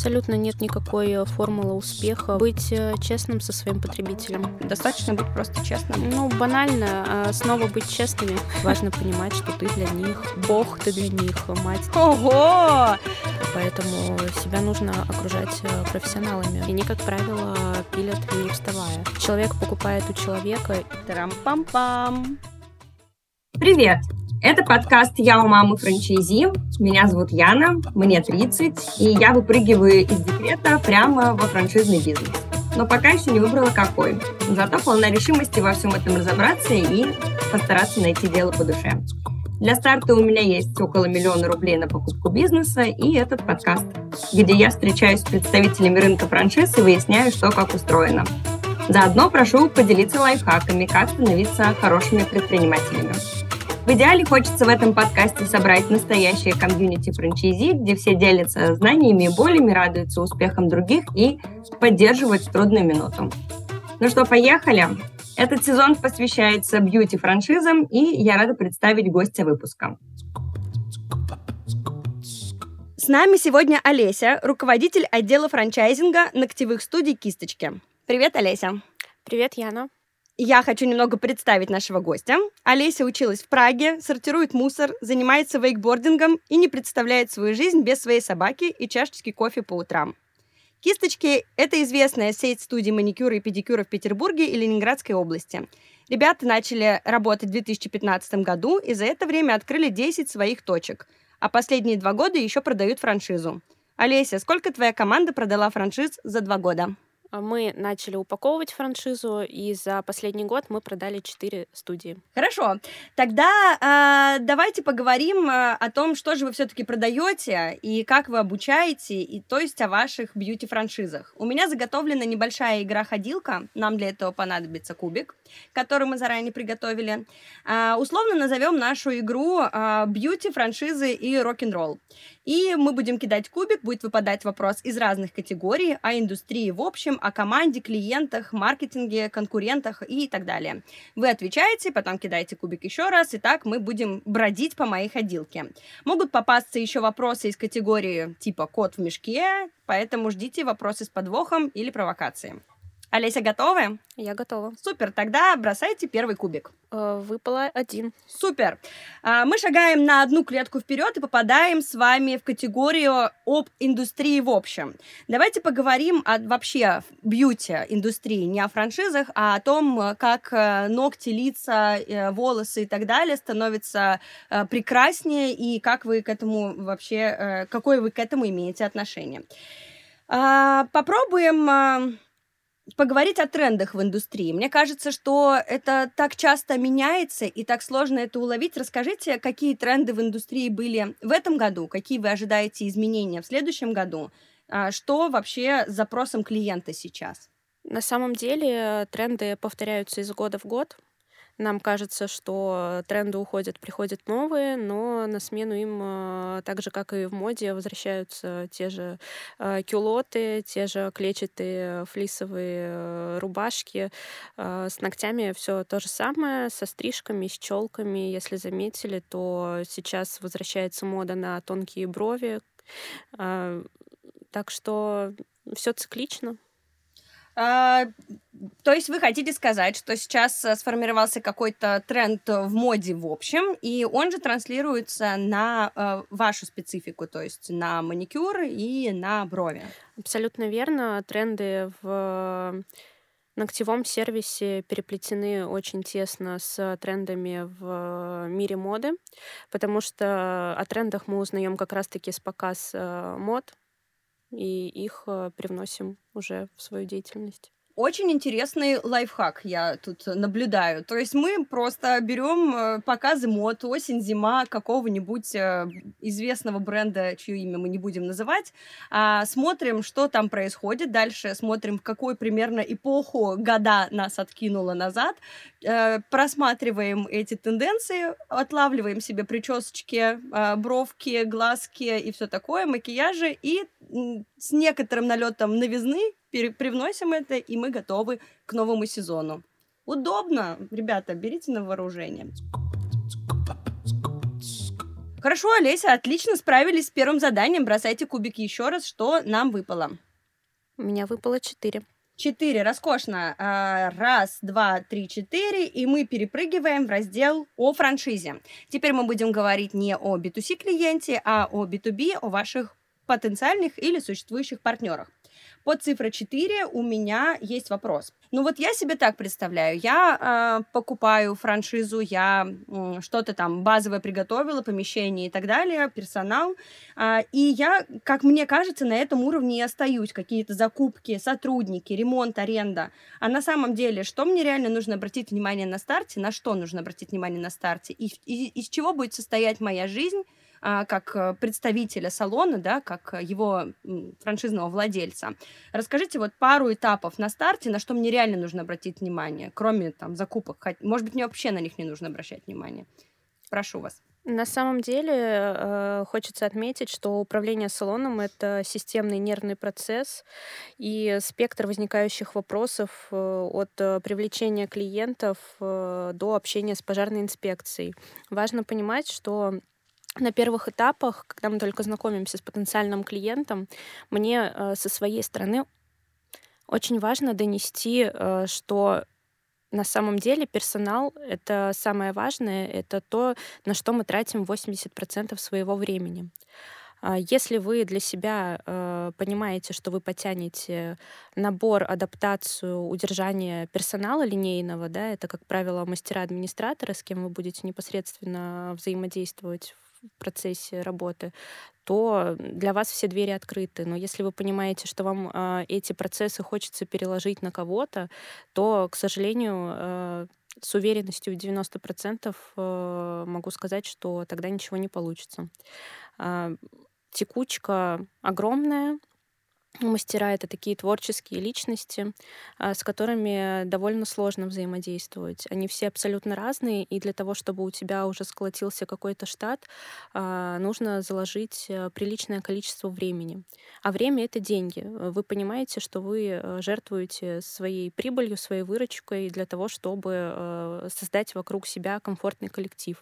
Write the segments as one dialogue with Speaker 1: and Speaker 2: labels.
Speaker 1: Абсолютно нет никакой формулы успеха. Быть честным со своим потребителем.
Speaker 2: Достаточно быть просто честным.
Speaker 1: Банально. Снова быть честными. Важно понимать, что ты для них бог, ты для них мать.
Speaker 2: Ого!
Speaker 1: Поэтому себя нужно окружать профессионалами. И они, как правило, пилят не вставая. Человек покупает у человека.
Speaker 2: Тарам-пам-пам!
Speaker 3: Привет! Это подкаст «Я у мамы франчайзи». Меня зовут Яна, мне 30, и я выпрыгиваю из декрета прямо во франшизный бизнес. Но пока еще не выбрала какой. Зато полна решимости во всем этом разобраться и постараться найти дело по душе. Для старта у меня есть около 1 000 000 рублей на покупку бизнеса и этот подкаст, где я встречаюсь с представителями рынка франшиз и выясняю, что как устроено. Заодно прошу поделиться лайфхаками, как становиться хорошими предпринимателями. В идеале хочется в этом подкасте собрать настоящее комьюнити франчайзи, где все делятся знаниями и болями, радуются успехам других и поддерживают в трудную минуту. Ну что, поехали! Этот сезон посвящается бьюти-франшизам, и я рада представить гостя выпуска.
Speaker 2: С нами сегодня Олеся, руководитель отдела франчайзинга ногтевых студий «Кисточки». Привет, Олеся.
Speaker 1: Привет, Яна.
Speaker 2: Я хочу немного представить нашего гостя. Олеся училась в Праге, сортирует мусор, занимается вейкбордингом и не представляет свою жизнь без своей собаки и чашечки кофе по утрам. «Кисточки» — это известная сеть студий маникюра и педикюра в Петербурге и Ленинградской области. Ребята начали работать в 2015 году и за это время открыли 10 своих точек, а последние 2 года еще продают франшизу. Олеся, сколько твоя команда продала франшиз за 2 года?
Speaker 1: Мы начали упаковывать франшизу, и за последний год мы продали 4 студии.
Speaker 2: Хорошо. Тогда давайте поговорим о том, что же вы все-таки продаете и как вы обучаете, и то есть о ваших бьюти-франшизах. У меня заготовлена небольшая игра-ходилка. Нам для этого понадобится кубик, который мы заранее приготовили. Условно назовем нашу игру бьюти-франшизы и рок-н-ролл. И мы будем кидать кубик, будет выпадать вопрос из разных категорий, о индустрии в общем, о команде, клиентах, маркетинге, конкурентах и так далее. Вы отвечаете, потом кидаете кубик еще раз, и так мы будем бродить по моей ходилке. Могут попасться еще вопросы из категории типа «кот в мешке», поэтому ждите вопросы с подвохом или провокации. Олеся, готовы?
Speaker 1: Я готова.
Speaker 2: Супер, тогда бросайте первый кубик.
Speaker 1: Выпало 1.
Speaker 2: Супер. Мы шагаем на 1 клетку вперед и попадаем с вами в категорию об индустрии в общем. Давайте поговорим о вообще бьюти-индустрии, не о франшизах, а о том, как ногти, лица, волосы и так далее становятся прекраснее и как вы к этому вообще, какое вы к этому имеете отношение. Попробуем поговорить о трендах в индустрии. Мне кажется, что это так часто меняется и так сложно это уловить. Расскажите, какие тренды в индустрии были в этом году, какие вы ожидаете изменения в следующем году, что вообще с запросом клиента сейчас?
Speaker 1: На самом деле тренды повторяются из года в год. Нам кажется, что тренды уходят, приходят новые, но на смену им, так же, как и в моде, возвращаются те же кюлоты, те же клетчатые флисовые рубашки. С ногтями все то же самое, со стрижками, с челками. Если заметили, то сейчас возвращается мода на тонкие брови. Так что все циклично.
Speaker 2: То есть вы хотите сказать, что сейчас сформировался какой-то тренд в моде в общем, и он же транслируется на вашу специфику, то есть на маникюр и на брови?
Speaker 1: Абсолютно верно. Тренды в ногтевом сервисе переплетены очень тесно с трендами в мире моды, потому что о трендах мы узнаем как раз-таки с показ мод, и их привносим уже в свою деятельность.
Speaker 2: Очень интересный лайфхак я тут наблюдаю. То есть мы просто берем показы мод, осень, зима какого-нибудь известного бренда, чье имя мы не будем называть, смотрим, что там происходит, дальше смотрим, в какую примерно эпоху года нас откинуло назад, просматриваем эти тенденции, отлавливаем себе причесочки, бровки, глазки и все такое, макияжи, и с некоторым налетом новизны привносим это, и мы готовы к новому сезону. Удобно, ребята, берите на вооружение. Хорошо, Олеся, отлично справились с первым заданием. Бросайте кубики еще раз, что нам выпало.
Speaker 1: У меня выпало 4.
Speaker 2: 4, роскошно. 1, 2, 3, 4, и мы перепрыгиваем в раздел о франшизе. Теперь мы будем говорить не о B2C клиенте, а о B2B, о ваших потенциальных или существующих партнерах. Под цифрой 4 у меня есть вопрос. Ну вот я себе так представляю. Я покупаю франшизу, я что-то там базовое приготовила, помещение и так далее, персонал. И я, как мне кажется, на этом уровне и остаюсь. Какие-то закупки, сотрудники, ремонт, аренда. А на самом деле, что мне реально нужно обратить внимание на старте, на что нужно обратить внимание на старте, и из чего будет состоять моя жизнь, как представителя салона, да, как его франшизного владельца. Расскажите вот пару этапов на старте, на что мне реально нужно обратить внимание, кроме там закупок. Может быть, мне вообще на них не нужно обращать внимание. Прошу вас.
Speaker 1: На самом деле хочется отметить, что управление салоном — это системный нервный процесс, и спектр возникающих вопросов от привлечения клиентов до общения с пожарной инспекцией. Важно понимать, что на первых этапах, когда мы только знакомимся с потенциальным клиентом, мне со своей стороны очень важно донести, что на самом деле персонал — это самое важное, это то, на что мы тратим 80% своего времени. Если вы для себя понимаете, что вы потянете набор, адаптацию, удержание персонала линейного, да, это, как правило, мастера-администраторы, с кем вы будете непосредственно взаимодействовать в процессе работы, то для вас все двери открыты. Но если вы понимаете, что вам эти процессы хочется переложить на кого-то, то, к сожалению, с уверенностью в 90% могу сказать, что тогда ничего не получится. Текучка огромная. Мастера — это такие творческие личности, с которыми довольно сложно взаимодействовать. Они все абсолютно разные, и для того, чтобы у тебя уже сколотился какой-то штат, нужно заложить приличное количество времени. А время — это деньги. Вы понимаете, что вы жертвуете своей прибылью, своей выручкой для того, чтобы создать вокруг себя комфортный коллектив.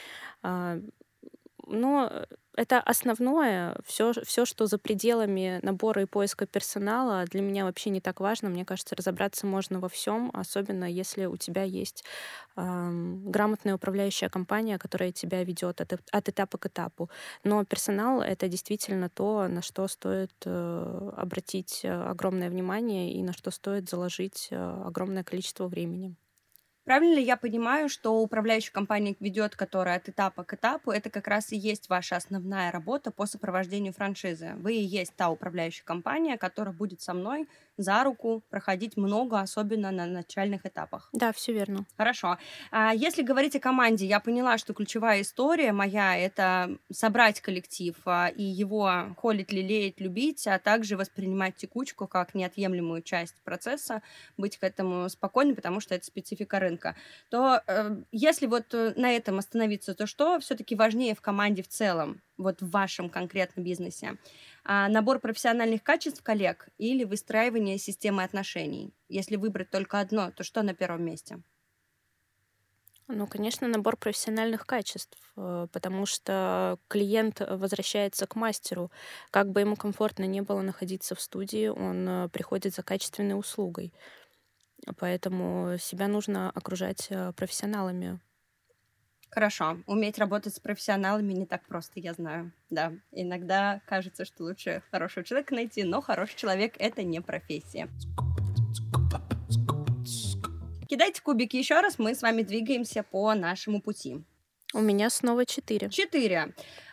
Speaker 1: Но это основное. Все, что за пределами набора и поиска персонала, для меня вообще не так важно. Мне кажется, разобраться можно во всем, особенно если у тебя есть грамотная управляющая компания, которая тебя ведет от этапа к этапу. Но персонал — это действительно то, на что стоит обратить огромное внимание и на что стоит заложить огромное количество времени.
Speaker 2: Правильно ли я понимаю, что управляющая компания ведет, которая от этапа к этапу, это как раз и есть ваша основная работа по сопровождению франшизы? Вы и есть та управляющая компания, которая будет со мной за руку проходить много, особенно на начальных этапах.
Speaker 1: Да, все верно.
Speaker 2: Хорошо. Если говорить о команде, я поняла, что ключевая история моя — это собрать коллектив и его холить, лелеять, любить, а также воспринимать текучку как неотъемлемую часть процесса, быть к этому спокойным, потому что это специфика рынка. То если вот на этом остановиться, то что все-таки важнее в команде в целом, вот в вашем конкретном бизнесе? Набор профессиональных качеств коллег или выстраивание системы отношений? Если выбрать только одно, то что на первом месте?
Speaker 1: Ну, конечно, набор профессиональных качеств, потому что клиент возвращается к мастеру. Как бы ему комфортно не было находиться в студии, он приходит за качественной услугой. Поэтому себя нужно окружать профессионалами.
Speaker 2: Хорошо. Уметь работать с профессионалами не так просто, я знаю. Да, иногда кажется, что лучше хорошего человека найти, но хороший человек — это не профессия. Кидайте кубики еще раз, мы с вами двигаемся по нашему пути.
Speaker 1: У меня снова 4.
Speaker 2: 4.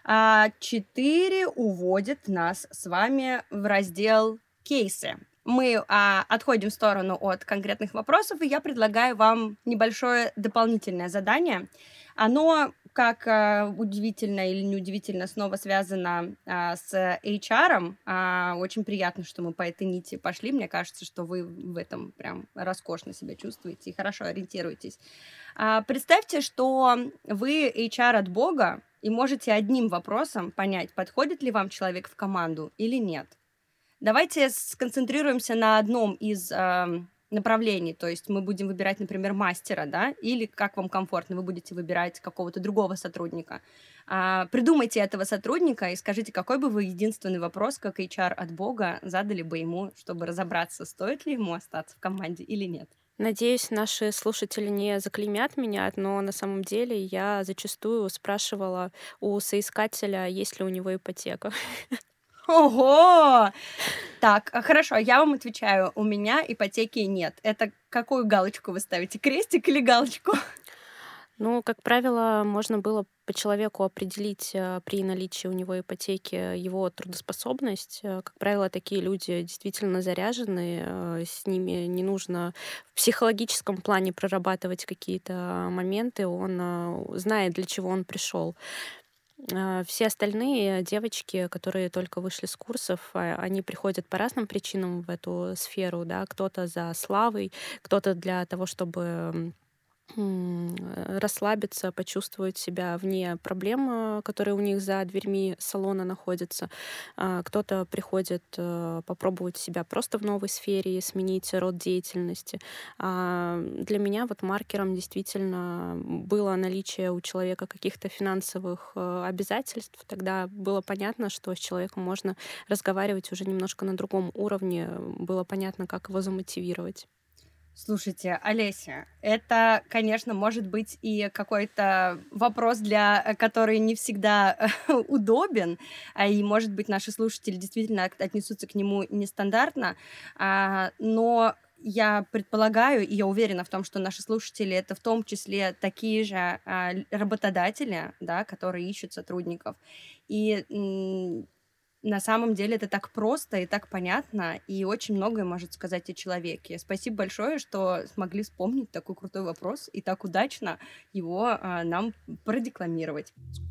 Speaker 2: 4 уводит нас с вами в раздел «Кейсы». Мы отходим в сторону от конкретных вопросов, и я предлагаю вам небольшое дополнительное задание. Оно, как удивительно или неудивительно, снова связано с HR. Очень приятно, что мы по этой нити пошли. Мне кажется, что вы в этом прям роскошно себя чувствуете и хорошо ориентируетесь. Представьте, что вы HR от Бога и можете одним вопросом понять, подходит ли вам человек в команду или нет. Давайте сконцентрируемся на одном из направлений. То есть мы будем выбирать, например, мастера, да, или как вам комфортно, вы будете выбирать какого-то другого сотрудника. Придумайте этого сотрудника и скажите, какой бы вы единственный вопрос, как HR от Бога, задали бы ему, чтобы разобраться, стоит ли ему остаться в команде или нет.
Speaker 1: Надеюсь, наши слушатели не заклеймят меня, но на самом деле я зачастую спрашивала у соискателя, есть ли у него ипотека.
Speaker 2: Ого! Так, хорошо, я вам отвечаю, у меня ипотеки нет. Это какую галочку вы ставите, крестик или галочку?
Speaker 1: Ну, как правило, можно было по человеку определить при наличии у него ипотеки его трудоспособность. Как правило, такие люди действительно заряжены, с ними не нужно в психологическом плане прорабатывать какие-то моменты, он знает, для чего он пришел. Все остальные девочки, которые только вышли с курсов, они приходят по разным причинам в эту сферу, да, кто-то за славой, кто-то для того, чтобы расслабиться, почувствовать себя вне проблем, которые у них за дверьми салона находятся. Кто-то приходит попробовать себя просто в новой сфере, сменить род деятельности. Для меня вот маркером действительно было наличие у человека каких-то финансовых обязательств. Тогда было понятно, что с человеком можно разговаривать уже немножко на другом уровне. Было понятно, как его замотивировать.
Speaker 2: Слушайте, Олеся, это, конечно, может быть и какой-то вопрос, который не всегда удобен, и, может быть, наши слушатели действительно отнесутся к нему нестандартно, но я предполагаю, и я уверена в том, что наши слушатели — это в том числе такие же работодатели, да, которые ищут сотрудников. И на самом деле это так просто и так понятно, и очень многое может сказать о человеке. Спасибо большое, что смогли вспомнить такой крутой вопрос и так удачно его нам продекламировать.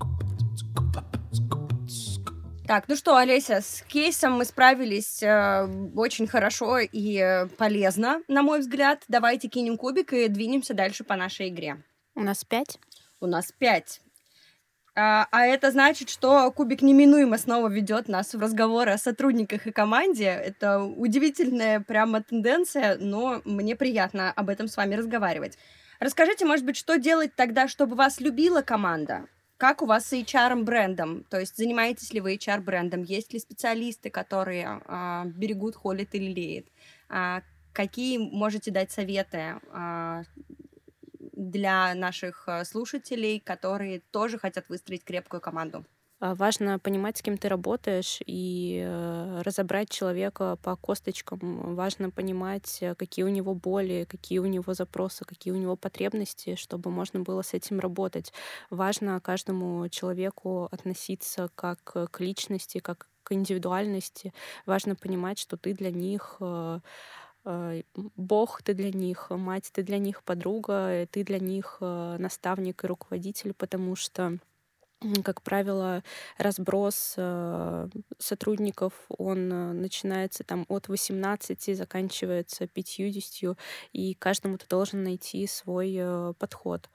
Speaker 2: Так, ну что, Олеся, с кейсом мы справились очень хорошо и полезно, на мой взгляд. Давайте кинем кубик и двинемся дальше по нашей игре.
Speaker 1: У нас 5?
Speaker 2: У нас 5. А это значит, что кубик неминуемо снова ведет нас в разговоры о сотрудниках и команде. Это удивительная прямо тенденция, но мне приятно об этом с вами разговаривать. Расскажите, может быть, что делать тогда, чтобы вас любила команда? Как у вас с HR-брендом? То есть занимаетесь ли вы HR-брендом? Есть ли специалисты, которые берегут, холят и лелеют? Какие можете дать советы для наших слушателей, которые тоже хотят выстроить крепкую команду?
Speaker 1: Важно понимать, с кем ты работаешь, и разобрать человека по косточкам. Важно понимать, какие у него боли, какие у него запросы, какие у него потребности, чтобы можно было с этим работать. Важно каждому человеку относиться как к личности, как к индивидуальности. Важно понимать, что ты для них Бог, ты для них мать, ты для них подруга, ты для них наставник и руководитель, потому что, как правило, разброс сотрудников, он начинается там от 18 и заканчивается 50, и каждому ты должен найти свой подход.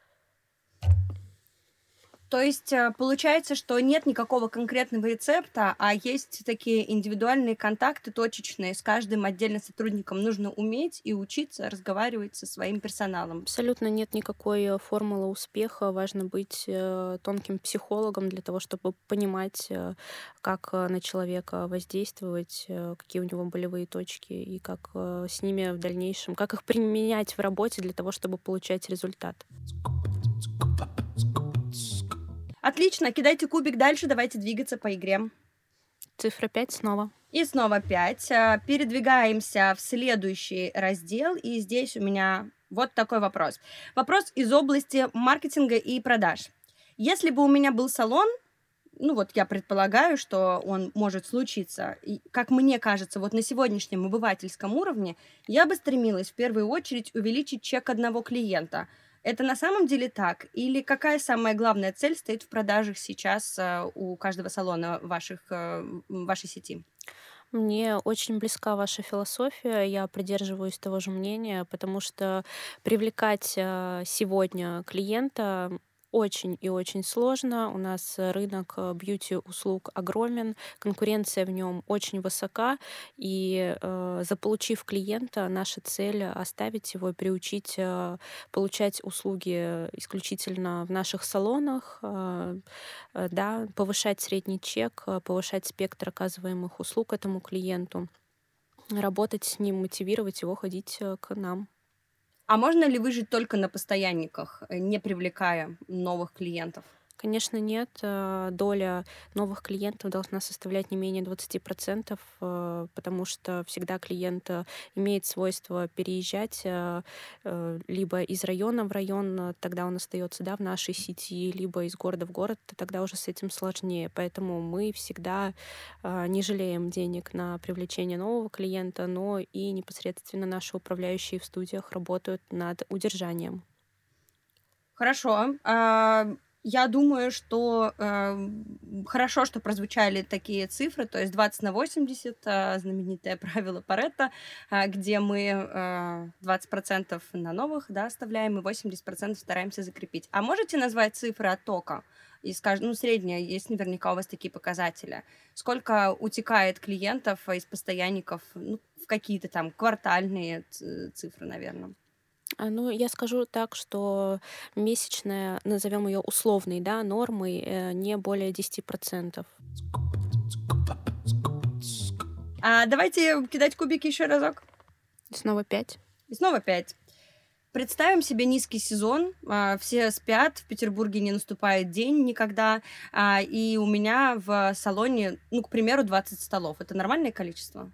Speaker 2: То есть получается, что нет никакого конкретного рецепта, а есть такие индивидуальные контакты, точечные. С каждым отдельным сотрудником нужно уметь и учиться разговаривать со своим персоналом.
Speaker 1: Абсолютно нет никакой формулы успеха. Важно быть тонким психологом для того, чтобы понимать, как на человека воздействовать, какие у него болевые точки, и как с ними в дальнейшем, как их применять в работе для того, чтобы получать результат.
Speaker 2: Отлично, кидайте кубик дальше, давайте двигаться по игре.
Speaker 1: Цифра 5 снова.
Speaker 2: И снова 5. Передвигаемся в следующий раздел, и здесь у меня вот такой вопрос. Вопрос из области маркетинга и продаж. Если бы у меня был салон, ну вот я предполагаю, что он может случиться, и, как мне кажется, вот на сегодняшнем обывательском уровне, я бы стремилась в первую очередь увеличить чек одного клиента. Это на самом деле так? Или какая самая главная цель стоит в продажах сейчас у каждого салона вашей сети?
Speaker 1: Мне очень близка ваша философия, я придерживаюсь того же мнения, потому что привлекать сегодня клиента очень и очень сложно. У нас рынок бьюти-услуг огромен, конкуренция в нем очень высока, и заполучив клиента, наша цель оставить его и приучить получать услуги исключительно в наших салонах, да, повышать средний чек, повышать спектр оказываемых услуг этому клиенту, работать с ним, мотивировать его ходить к нам.
Speaker 2: А можно ли выжить только на постоянниках, не привлекая новых клиентов?
Speaker 1: Конечно, нет. Доля новых клиентов должна составлять не менее 20%, потому что всегда клиент имеет свойство переезжать либо из района в район, тогда он остается, да, в нашей сети, либо из города в город, тогда уже с этим сложнее. Поэтому мы всегда не жалеем денег на привлечение нового клиента, но и непосредственно наши управляющие в студиях работают над удержанием.
Speaker 2: Хорошо. Я думаю, что хорошо, что прозвучали такие цифры, то есть 20/80, знаменитое правило Паретто, где мы 20% на новых, да, оставляем и 80% стараемся закрепить. А можете назвать цифры оттока? И скажем, ну, средняя, есть наверняка у вас такие показатели. Сколько утекает клиентов из постоянников, ну, в какие-то там квартальные цифры, наверное?
Speaker 1: Ну, я скажу так, что месячная, назовем ее условной, да, нормой, не более 10%.
Speaker 2: Давайте кидать кубики еще разок.
Speaker 1: Снова 5.
Speaker 2: И снова 5. Представим себе низкий сезон, все спят, в Петербурге не наступает день никогда, и у меня в салоне, ну, к примеру, 20 столов. Это нормальное количество?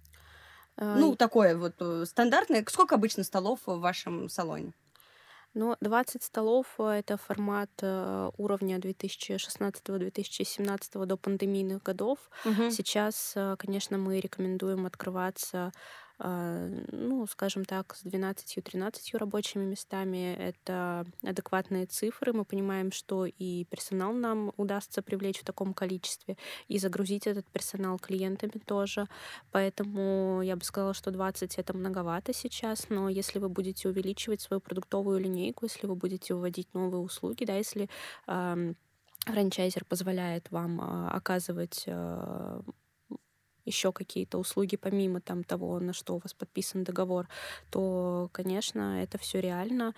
Speaker 2: Ну, такое вот стандартное. Сколько обычно столов в вашем салоне?
Speaker 1: Ну, 20 столов — это формат уровня 2016-2017 до пандемийных годов. Сейчас, конечно, мы рекомендуем открываться, ну, скажем так, с 12-13 рабочими местами. Это адекватные цифры. Мы понимаем, что и персонал нам удастся привлечь в таком количестве, и загрузить этот персонал клиентами тоже. Поэтому я бы сказала, что 20 — это многовато сейчас, но если вы будете увеличивать свою продуктовую линейку, если вы будете вводить новые услуги, да, если франчайзер позволяет вам оказывать еще какие-то услуги помимо того, на что у вас подписан договор, то, конечно, это все реально.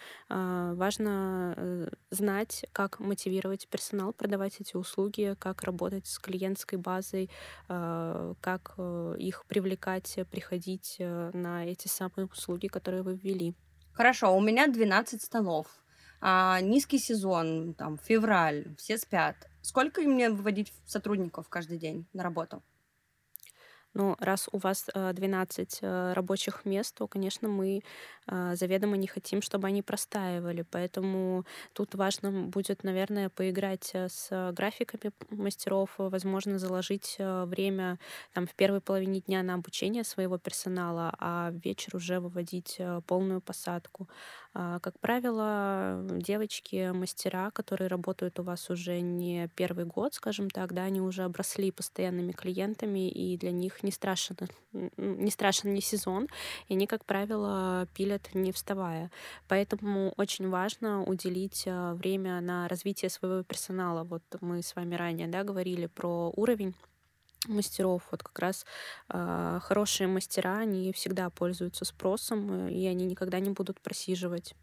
Speaker 1: Важно знать, как мотивировать персонал, продавать эти услуги, как работать с клиентской базой, как их привлекать, приходить на эти самые услуги, которые вы ввели.
Speaker 2: Хорошо, у меня 12 столов. Низкий сезон, там, февраль, все спят. Сколько мне выводить сотрудников каждый день на работу?
Speaker 1: Но раз у вас 12 рабочих мест, то, конечно, мы заведомо не хотим, чтобы они простаивали. Поэтому тут важно будет, наверное, поиграть с графиками мастеров, возможно, заложить время в первой половине дня на обучение своего персонала, а в вечер уже выводить полную посадку. Как правило, девочки-мастера, которые работают у вас уже не первый год, скажем так, да, они уже обросли постоянными клиентами, и для них не страшен ни сезон, и они, как правило, пилят не вставая. Поэтому очень важно уделить время на развитие своего персонала. Вот мы с вами ранее, да, говорили про уровень мастеров. Вот как раз хорошие мастера, они всегда пользуются спросом, и они никогда не будут просиживать.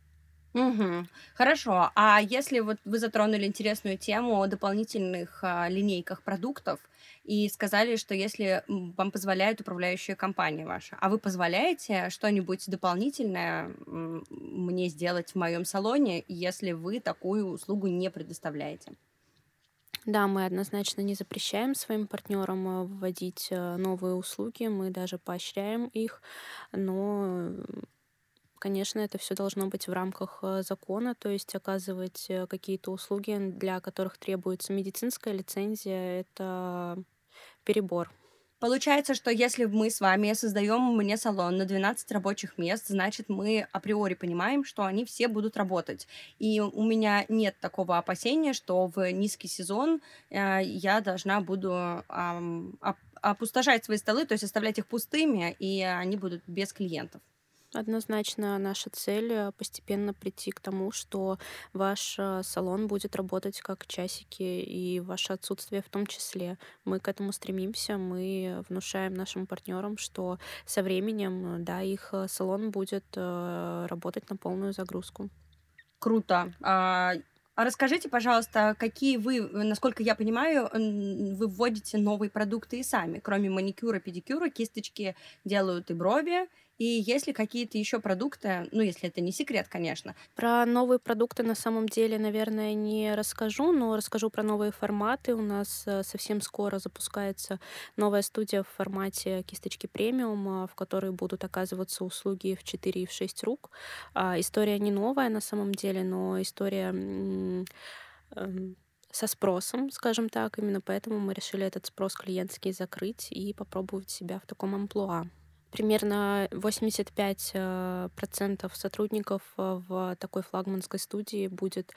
Speaker 2: Хорошо. А если вот вы затронули интересную тему о дополнительных линейках продуктов и сказали, что если вам позволяет управляющая компания ваша, а вы позволяете что-нибудь дополнительное мне сделать в моем салоне, если вы такую услугу не предоставляете?
Speaker 1: Да, мы однозначно не запрещаем своим партнерам вводить новые услуги, мы даже поощряем их, но, конечно, это все должно быть в рамках закона, то есть оказывать какие-то услуги, для которых требуется медицинская лицензия, это перебор.
Speaker 2: Получается, что если мы с вами создаем мне салон на 12 рабочих мест, значит, мы априори понимаем, что они все будут работать. И у меня нет такого опасения, что в низкий сезон я должна буду опустошать свои столы, то есть оставлять их пустыми, и они будут без клиентов.
Speaker 1: Однозначно наша цель постепенно прийти к тому, что ваш салон будет работать как часики, и ваше отсутствие в том числе. Мы к этому стремимся, мы внушаем нашим партнерам, что со временем, да, их салон будет работать на полную загрузку.
Speaker 2: Круто. А расскажите, пожалуйста, какие вы, насколько я понимаю, вы вводите новые продукты и сами, кроме маникюра, педикюра, кисточки делают и брови. И есть ли какие-то еще продукты, ну, если это не секрет, конечно.
Speaker 1: Про новые продукты на самом деле, наверное, не расскажу, но расскажу про новые форматы. У нас совсем скоро запускается новая студия в формате кисточки премиум, в которой будут оказываться услуги в 4 и в 6 рук. История не новая на самом деле, но история со спросом, скажем так. Именно поэтому мы решили этот спрос клиентский закрыть и попробовать себя в таком амплуа. Примерно 85% сотрудников в такой флагманской студии будет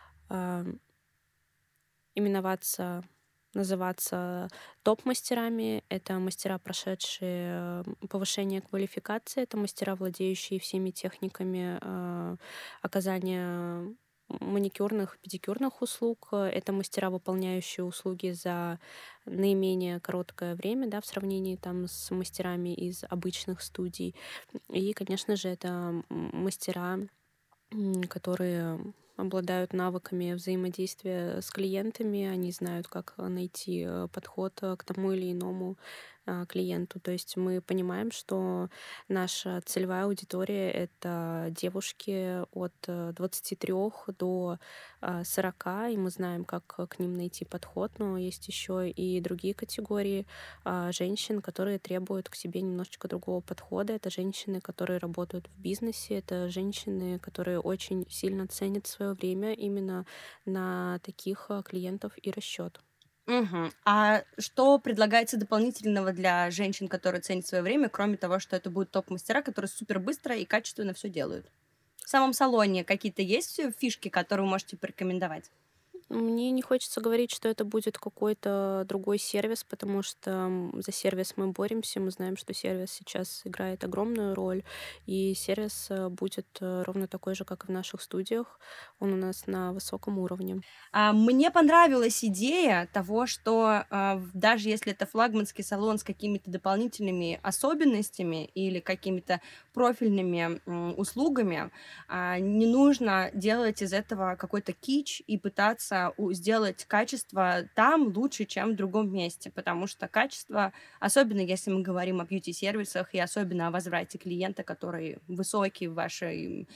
Speaker 1: называться топ-мастерами. Это мастера, прошедшие повышение квалификации, это мастера, владеющие всеми техниками оказания маникюрных, педикюрных услуг. Это мастера, выполняющие услуги за наименее короткое время, да, в сравнении там с мастерами из обычных студий. И, конечно же, это мастера, которые обладают навыками взаимодействия с клиентами, они знают, как найти подход к тому или иному клиенту. То есть мы понимаем, что наша целевая аудитория — это девушки от 23 до 40, и мы знаем, как к ним найти подход, но есть еще и другие категории женщин, которые требуют к себе немножечко другого подхода. Это женщины, которые работают в бизнесе, это женщины, которые очень сильно ценят свое время именно на таких клиентов и расчет.
Speaker 2: Угу. А что предлагается дополнительного для женщин, которые ценят свое время, кроме того, что это будут топ-мастера, которые супер быстро и качественно все делают? В самом салоне какие-то есть фишки, которые вы можете порекомендовать?
Speaker 1: Мне не хочется говорить, что это будет какой-то другой сервис, потому что за сервис мы боремся. Мы знаем, что сервис сейчас играет огромную роль, и сервис будет ровно такой же, как и в наших студиях. Он у нас на высоком уровне.
Speaker 2: Мне понравилась идея того, что даже если это флагманский салон с какими-то дополнительными особенностями или какими-то профильными услугами, не нужно делать из этого какой-то кич и пытаться сделать качество там лучше, чем в другом месте, потому что качество, особенно если мы говорим о бьюти-сервисах и особенно о возврате клиента, который высокий в вашей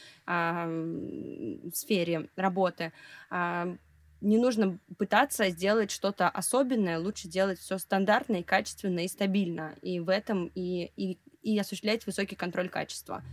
Speaker 2: сфере работы, не нужно пытаться сделать что-то особенное, лучше делать все стандартно и качественно и стабильно, и в этом и осуществлять высокий контроль качества.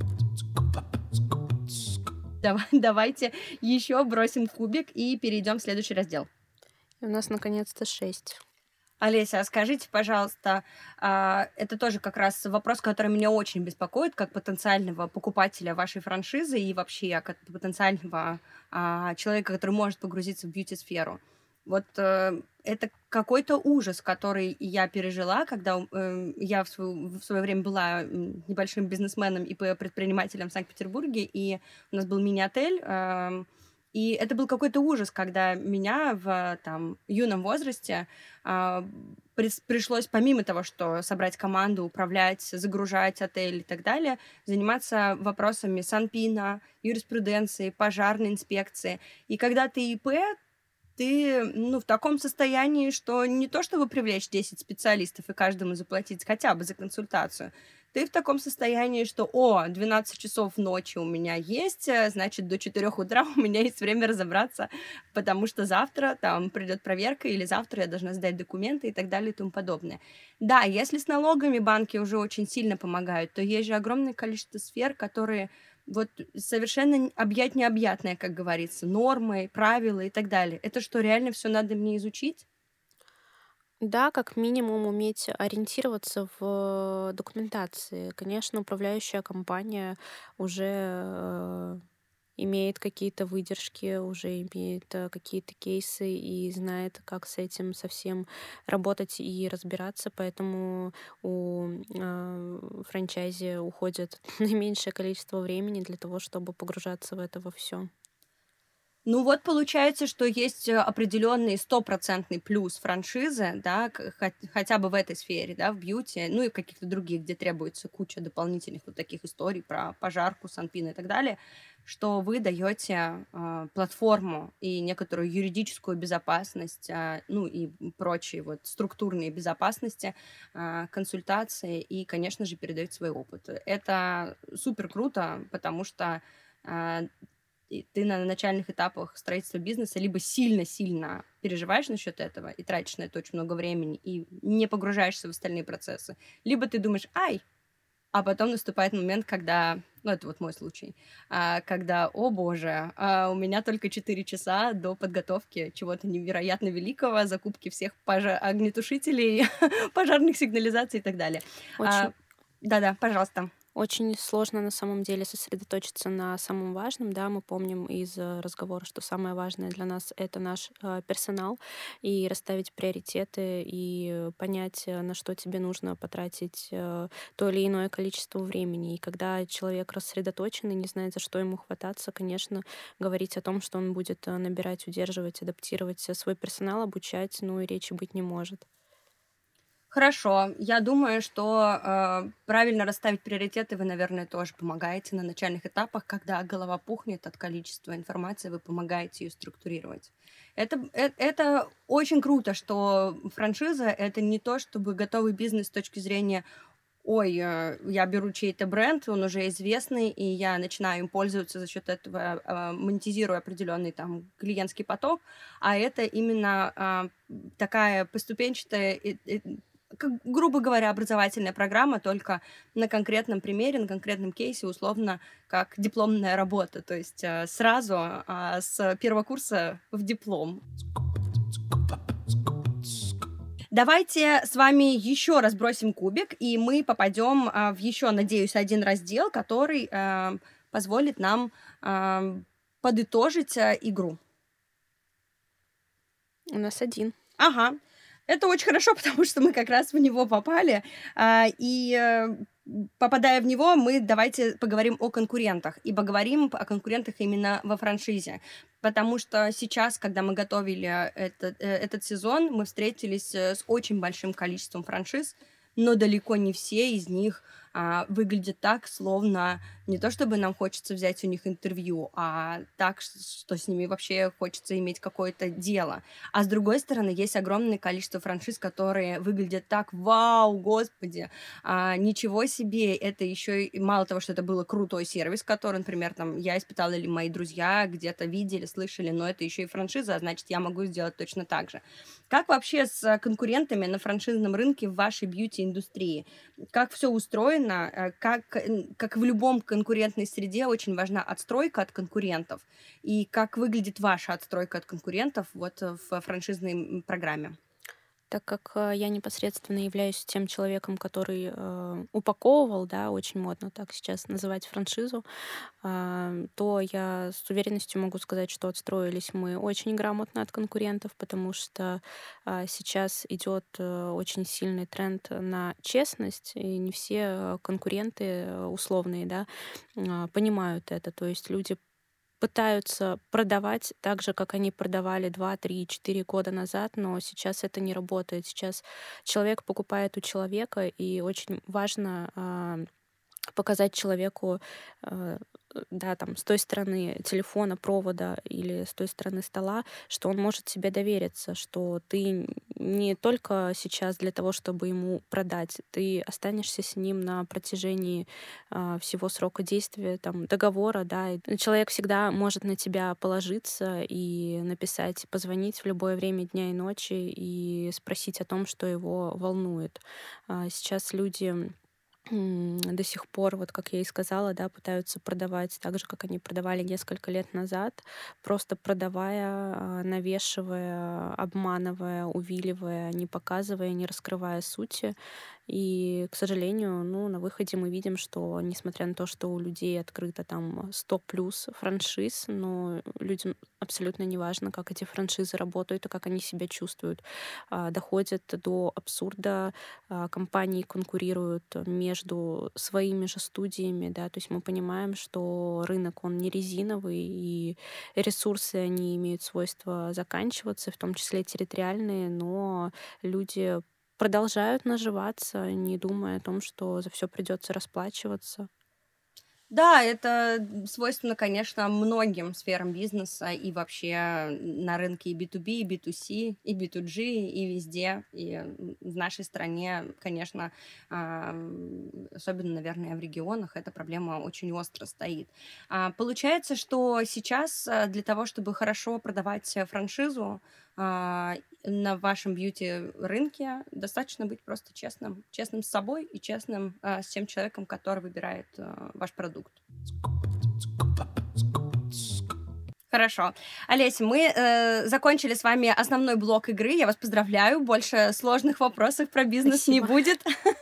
Speaker 2: Давайте еще бросим кубик и перейдем в следующий раздел.
Speaker 1: И у нас наконец-то 6.
Speaker 2: Олеся, скажите, пожалуйста, это тоже как раз вопрос, который меня очень беспокоит, как потенциального покупателя вашей франшизы и вообще как потенциального человека, который может погрузиться в бьюти-сферу. Вот это какой-то ужас, который я пережила, когда я в свое время была небольшим бизнесменом и предпринимателем в Санкт-Петербурге, и у нас был мини-отель, и это был какой-то ужас, когда меня в юном возрасте пришлось, помимо того, что собрать команду, управлять, загружать отель и так далее, заниматься вопросами санпина, юриспруденции, пожарной инспекции. И когда ты ИП, ты в таком состоянии, что не то, чтобы привлечь 10 специалистов и каждому заплатить хотя бы за консультацию, ты в таком состоянии, что 12 часов ночи у меня есть, значит, до 4 утра у меня есть время разобраться, потому что завтра там придет проверка, или завтра я должна сдать документы и так далее и тому подобное. Да, если с налогами банки уже очень сильно помогают, то есть же огромное количество сфер, которые вот совершенно объять необъятное, как говорится, нормы, правила и так далее. Это что, реально все надо мне изучить?
Speaker 1: Да, как минимум уметь ориентироваться в документации. Конечно, управляющая компания уже имеет какие-то выдержки, уже имеет какие-то кейсы и знает, как с этим совсем работать и разбираться, поэтому у франчайзи уходит наименьшее количество времени для того, чтобы погружаться в это во все.
Speaker 2: Ну вот получается, что есть определенный стопроцентный плюс франшизы, да, хотя бы в этой сфере, да, в бьюти, ну и в каких-то других, где требуется куча дополнительных вот таких историй про пожарку, санпин и так далее, что вы даете платформу и некоторую юридическую безопасность, ну и прочие вот структурные безопасности, консультации и, конечно же, передаете свой опыт. Это супер круто, потому что и ты на начальных этапах строительства бизнеса либо сильно-сильно переживаешь насчет этого и тратишь на это очень много времени и не погружаешься в остальные процессы, либо ты думаешь, ай, а потом наступает момент, когда, ну это вот мой случай, когда, о боже, у меня только 4 часа до подготовки чего-то невероятно великого, закупки всех огнетушителей, пожарных сигнализаций и так далее.
Speaker 1: Очень
Speaker 2: Да-да, пожалуйста.
Speaker 1: Очень сложно на самом деле сосредоточиться на самом важном, да, мы помним из разговора, что самое важное для нас — это наш персонал, и расставить приоритеты, и понять, на что тебе нужно потратить то или иное количество времени. И когда человек рассредоточен и не знает, за что ему хвататься, конечно, говорить о том, что он будет набирать, удерживать, адаптировать свой персонал, обучать, ну и речи быть не может.
Speaker 2: Хорошо. Я думаю, что правильно расставить приоритеты вы, наверное, тоже помогаете на начальных этапах, когда голова пухнет от количества информации, вы помогаете ее структурировать. Это очень круто, что франшиза — это не то, чтобы готовый бизнес с точки зрения ой, я беру чей-то бренд, он уже известный, и я начинаю им пользоваться за счет этого, монетизирую определенный там клиентский поток, а это именно такая поступенчатая, как, грубо говоря, образовательная программа, только на конкретном примере, на конкретном кейсе, условно, как дипломная работа, то есть сразу с первого курса в диплом. Давайте с вами еще раз бросим кубик, и мы попадем в еще, надеюсь, один раздел, который позволит нам подытожить игру.
Speaker 1: У нас один.
Speaker 2: Ага. Это очень хорошо, потому что мы как раз в него попали. И попадая в него, мы давайте поговорим о конкурентах. И поговорим о конкурентах именно во франшизе. Потому что сейчас, когда мы готовили этот сезон, мы встретились с очень большим количеством франшиз, но далеко не все из них выглядят так, словно не то чтобы нам хочется взять у них интервью, а так, что с ними вообще хочется иметь какое-то дело. А с другой стороны, есть огромное количество франшиз, которые выглядят так, вау, господи, ничего себе, это еще и мало того, что это был крутой сервис, который, например, там я испытала или мои друзья где-то видели, слышали, но это еще и франшиза, а значит, я могу сделать точно так же. Как вообще с конкурентами на франшизном рынке в вашей бьюти-индустрии? Как все устроено? Как в любом конкурентной среде очень важна отстройка от конкурентов? И как выглядит ваша отстройка от конкурентов вот в франшизной программе?
Speaker 1: Так как я непосредственно являюсь тем человеком, который упаковывал, да, очень модно так сейчас называть франшизу, то я с уверенностью могу сказать, что отстроились мы очень грамотно от конкурентов, потому что сейчас идет очень сильный тренд на честность, и не все конкуренты условные, да, понимают это. То есть люди пытаются продавать так же, как они продавали 2, 3, 4 года назад, но сейчас это не работает. Сейчас человек покупает у человека, и очень важно показать человеку, да, там, с той стороны телефона, провода или с той стороны стола, что он может тебе довериться, что ты не только сейчас для того, чтобы ему продать, ты останешься с ним на протяжении всего срока действия там, договора, да, и человек всегда может на тебя положиться и написать, позвонить в любое время дня и ночи и спросить о том, что его волнует. Сейчас люди до сих пор, вот как я и сказала, да, пытаются продавать так же, как они продавали несколько лет назад, просто продавая, навешивая, обманывая, увиливая, не показывая, не раскрывая сути. И, к сожалению, ну, на выходе мы видим, что, несмотря на то, что у людей открыто там 100 плюс франшиз, но людям абсолютно не важно, как эти франшизы работают и как они себя чувствуют. Доходит до абсурда, компании конкурируют между своими же студиями, да, то есть мы понимаем, что рынок, он не резиновый, и ресурсы, они имеют свойство заканчиваться, в том числе территориальные, но люди продолжают наживаться, не думая о том, что за все придется расплачиваться.
Speaker 2: Да, это свойственно, конечно, многим сферам бизнеса и вообще на рынке и B2B, и B2C, и B2G, и везде. И в нашей стране, конечно, особенно, наверное, в регионах, эта проблема очень остро стоит. Получается, что сейчас для того, чтобы хорошо продавать франшизу, на вашем бьюти-рынке достаточно быть просто честным. Честным с собой и честным с тем человеком, который выбирает ваш продукт. Хорошо. Олеся, мы закончили с вами основной блок игры. Я вас поздравляю. Больше сложных вопросов про бизнес не будет.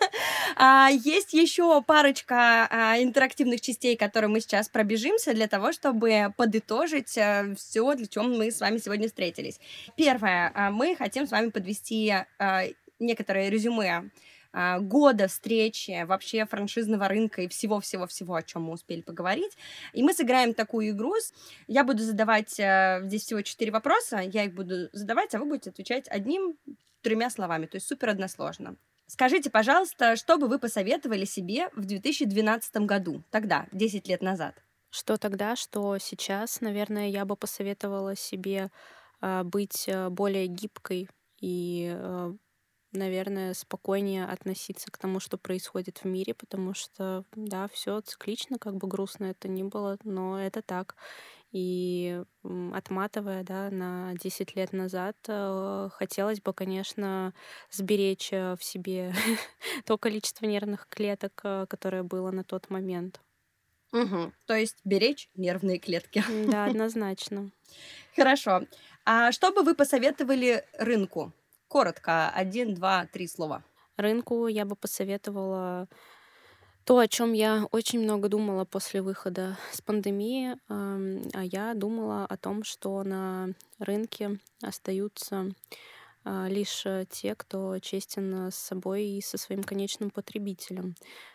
Speaker 2: Есть еще парочка интерактивных частей, которые мы сейчас пробежимся для того, чтобы подытожить все, для чего мы с вами сегодня встретились. Первое. Мы хотим с вами подвести некоторое резюме года встречи вообще франшизного рынка и всего-всего-всего, о чем мы успели поговорить. И мы сыграем такую игру. Я буду задавать здесь всего 4 вопроса. Я их буду задавать, а вы будете отвечать 1-3 словами. То есть супер односложно. Скажите, пожалуйста, что бы вы посоветовали себе в 2012 году, тогда, 10 лет назад?
Speaker 1: Что тогда, что сейчас, наверное, я бы посоветовала себе быть более гибкой и, наверное, спокойнее относиться к тому, что происходит в мире, потому что, да, все циклично, как бы грустно это ни было, но это так. И отматывая, да, на 10 лет назад, хотелось бы, конечно, сберечь в себе то количество нервных клеток, которое было на тот момент.
Speaker 2: Угу. То есть беречь нервные клетки.
Speaker 1: Да, однозначно.
Speaker 2: Хорошо. А что бы вы посоветовали рынку? Коротко, 1, 2, 3 слова.
Speaker 1: Рынку я бы посоветовала то, о чем я очень много думала после выхода с пандемии, а я думала о том, что на рынке остаются лишь те, кто честен с собой и со своим конечным потребителем.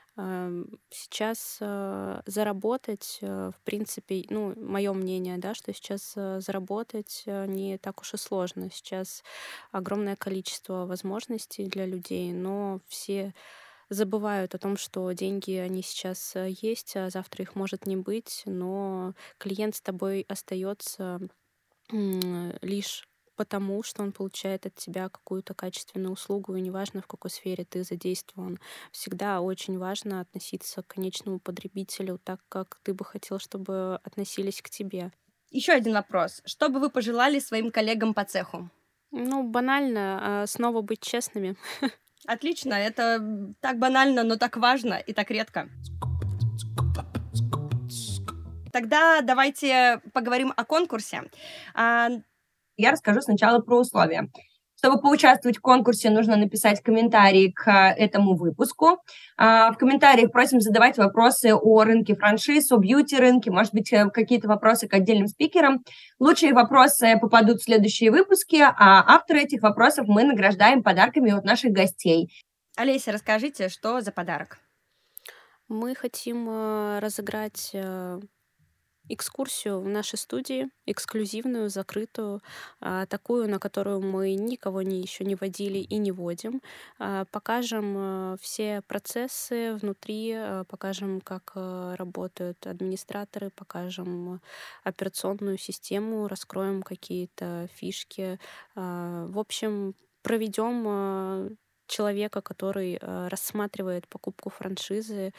Speaker 1: Сейчас заработать, в принципе, ну, мое мнение, да, что сейчас заработать не так уж и сложно. Сейчас огромное количество возможностей для людей, но все забывают о том, что деньги, они сейчас есть, а завтра их может не быть, но клиент с тобой остается лишь потому, что он получает от тебя какую-то качественную услугу, и неважно, в какой сфере ты задействован. Всегда очень важно относиться к конечному потребителю так, как ты бы хотел, чтобы относились к тебе.
Speaker 2: Еще один вопрос. Что бы вы пожелали своим коллегам по цеху?
Speaker 1: Ну, банально, снова быть честными.
Speaker 2: Отлично, это так банально, но так важно и так редко. Тогда давайте поговорим о конкурсе.
Speaker 3: Я расскажу сначала про условия. Чтобы поучаствовать в конкурсе, нужно написать комментарий к этому выпуску. В комментариях просим задавать вопросы о рынке франшиз, о бьюти-рынке, может быть, какие-то вопросы к отдельным спикерам. Лучшие вопросы попадут в следующие выпуски, а авторы этих вопросов мы награждаем подарками от наших гостей.
Speaker 2: Олеся, расскажите, что за подарок?
Speaker 1: Мы хотим разыграть экскурсию в нашей студии, эксклюзивную, закрытую, такую, на которую мы никого еще не водили и не водим. Покажем все процессы внутри, покажем, как работают администраторы, покажем операционную систему, раскроем какие-то фишки. В общем, проведем человека, который рассматривает покупку франшизы,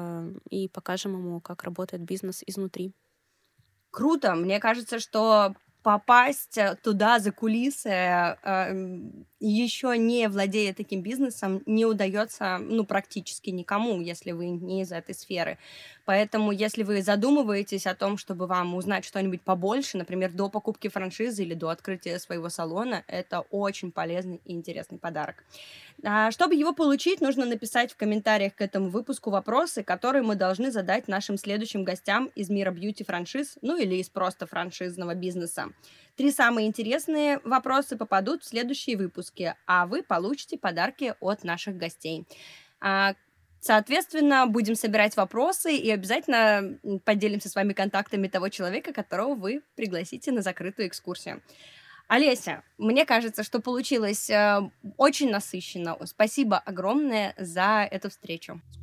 Speaker 1: и покажем ему, как работает бизнес изнутри.
Speaker 2: Круто! Мне кажется, что попасть туда за кулисы, еще не владея таким бизнесом, не удается, практически никому, если вы не из этой сферы. Поэтому, если вы задумываетесь о том, чтобы вам узнать что-нибудь побольше, например, до покупки франшизы или до открытия своего салона, это очень полезный и интересный подарок. Чтобы его получить, нужно написать в комментариях к этому выпуску вопросы, которые мы должны задать нашим следующим гостям из мира бьюти-франшиз, или из просто франшизного бизнеса. 3 самые интересные вопросы попадут в следующие выпуски, а вы получите подарки от наших гостей. Соответственно, будем собирать вопросы и обязательно поделимся с вами контактами того человека, которого вы пригласите на закрытую экскурсию. Олеся, мне кажется, что получилось очень насыщенно. Спасибо огромное за эту встречу.